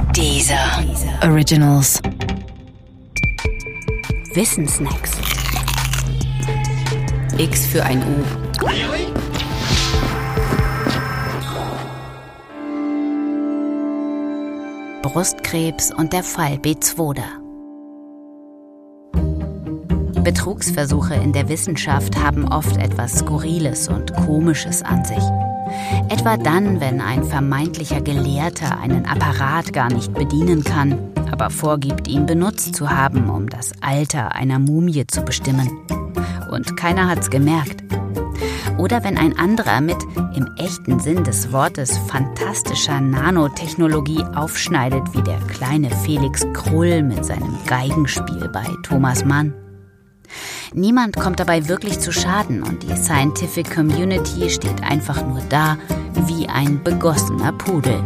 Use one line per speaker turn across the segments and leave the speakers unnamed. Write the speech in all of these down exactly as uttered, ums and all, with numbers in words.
Deezer Originals.
Wissensnacks. X für ein U. Brustkrebs und der Fall Bezwoda. Betrugsversuche in der Wissenschaft haben oft etwas Skurriles und Komisches an sich. Etwa dann, wenn ein vermeintlicher Gelehrter einen Apparat gar nicht bedienen kann, aber vorgibt, ihn benutzt zu haben, um das Alter einer Mumie zu bestimmen. Und keiner hat's gemerkt. Oder wenn ein anderer mit, im echten Sinn des Wortes, fantastischer Nanotechnologie aufschneidet, wie der kleine Felix Krull mit seinem Geigenspiel bei Thomas Mann. Niemand kommt dabei wirklich zu Schaden und die Scientific Community steht einfach nur da wie ein begossener Pudel.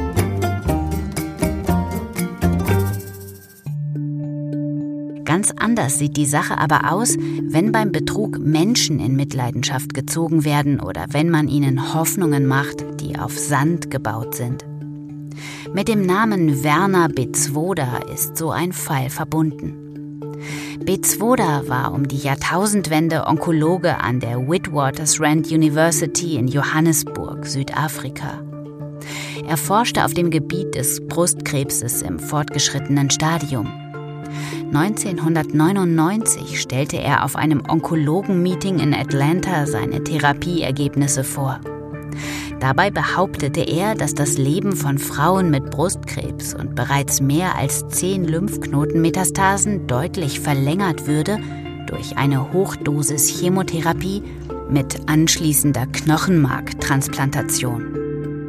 Ganz anders sieht die Sache aber aus, wenn beim Betrug Menschen in Mitleidenschaft gezogen werden oder wenn man ihnen Hoffnungen macht, die auf Sand gebaut sind. Mit dem Namen Werner Bezwoda ist so ein Fall verbunden. Bezwoda war um die Jahrtausendwende Onkologe an der Witwatersrand University in Johannesburg, Südafrika. Er forschte auf dem Gebiet des Brustkrebses im fortgeschrittenen Stadium. neunzehnhundertneunundneunzig stellte er auf einem Onkologen-Meeting in Atlanta seine Therapieergebnisse vor. Dabei behauptete er, dass das Leben von Frauen mit Brustkrebs und bereits mehr als zehn Lymphknotenmetastasen deutlich verlängert würde durch eine Hochdosis Chemotherapie mit anschließender Knochenmarktransplantation.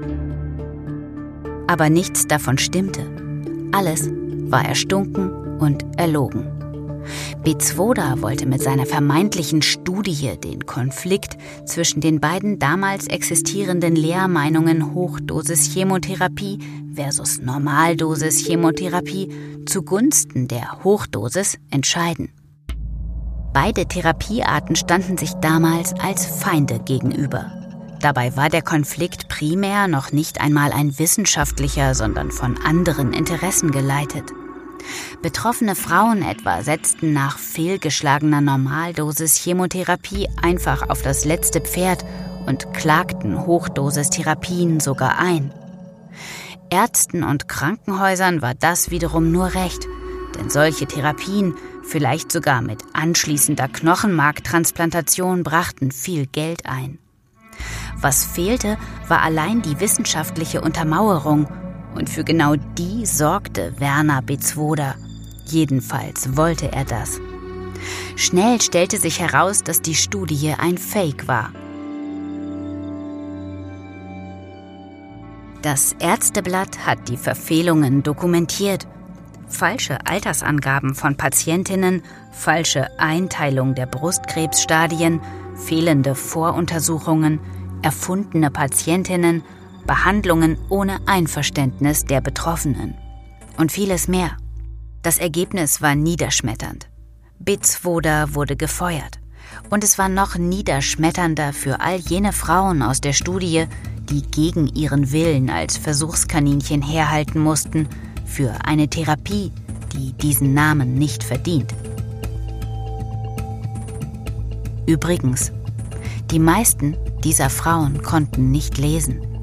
Aber nichts davon stimmte. Alles war erstunken und erlogen. Bezwoda wollte mit seiner vermeintlichen Studie den Konflikt zwischen den beiden damals existierenden Lehrmeinungen Hochdosis Chemotherapie versus Normaldosis Chemotherapie zugunsten der Hochdosis entscheiden. Beide Therapiearten standen sich damals als Feinde gegenüber. Dabei war der Konflikt primär noch nicht einmal ein wissenschaftlicher, sondern von anderen Interessen geleitet. Betroffene Frauen etwa setzten nach fehlgeschlagener Normaldosis Chemotherapie einfach auf das letzte Pferd und klagten Hochdosistherapien sogar ein. Ärzten und Krankenhäusern war das wiederum nur recht, denn solche Therapien, vielleicht sogar mit anschließender Knochenmarktransplantation, brachten viel Geld ein. Was fehlte, war allein die wissenschaftliche Untermauerung. Und für genau die sorgte Werner Bezwoda. Jedenfalls wollte er das. Schnell stellte sich heraus, dass die Studie ein Fake war. Das Ärzteblatt hat die Verfehlungen dokumentiert. Falsche Altersangaben von Patientinnen, falsche Einteilung der Brustkrebsstadien, fehlende Voruntersuchungen, erfundene Patientinnen, Behandlungen ohne Einverständnis der Betroffenen und vieles mehr. Das Ergebnis war niederschmetternd. Bezwoda wurde gefeuert. Und es war noch niederschmetternder für all jene Frauen aus der Studie, die gegen ihren Willen als Versuchskaninchen herhalten mussten für eine Therapie, die diesen Namen nicht verdient. Übrigens, die meisten dieser Frauen konnten nicht lesen.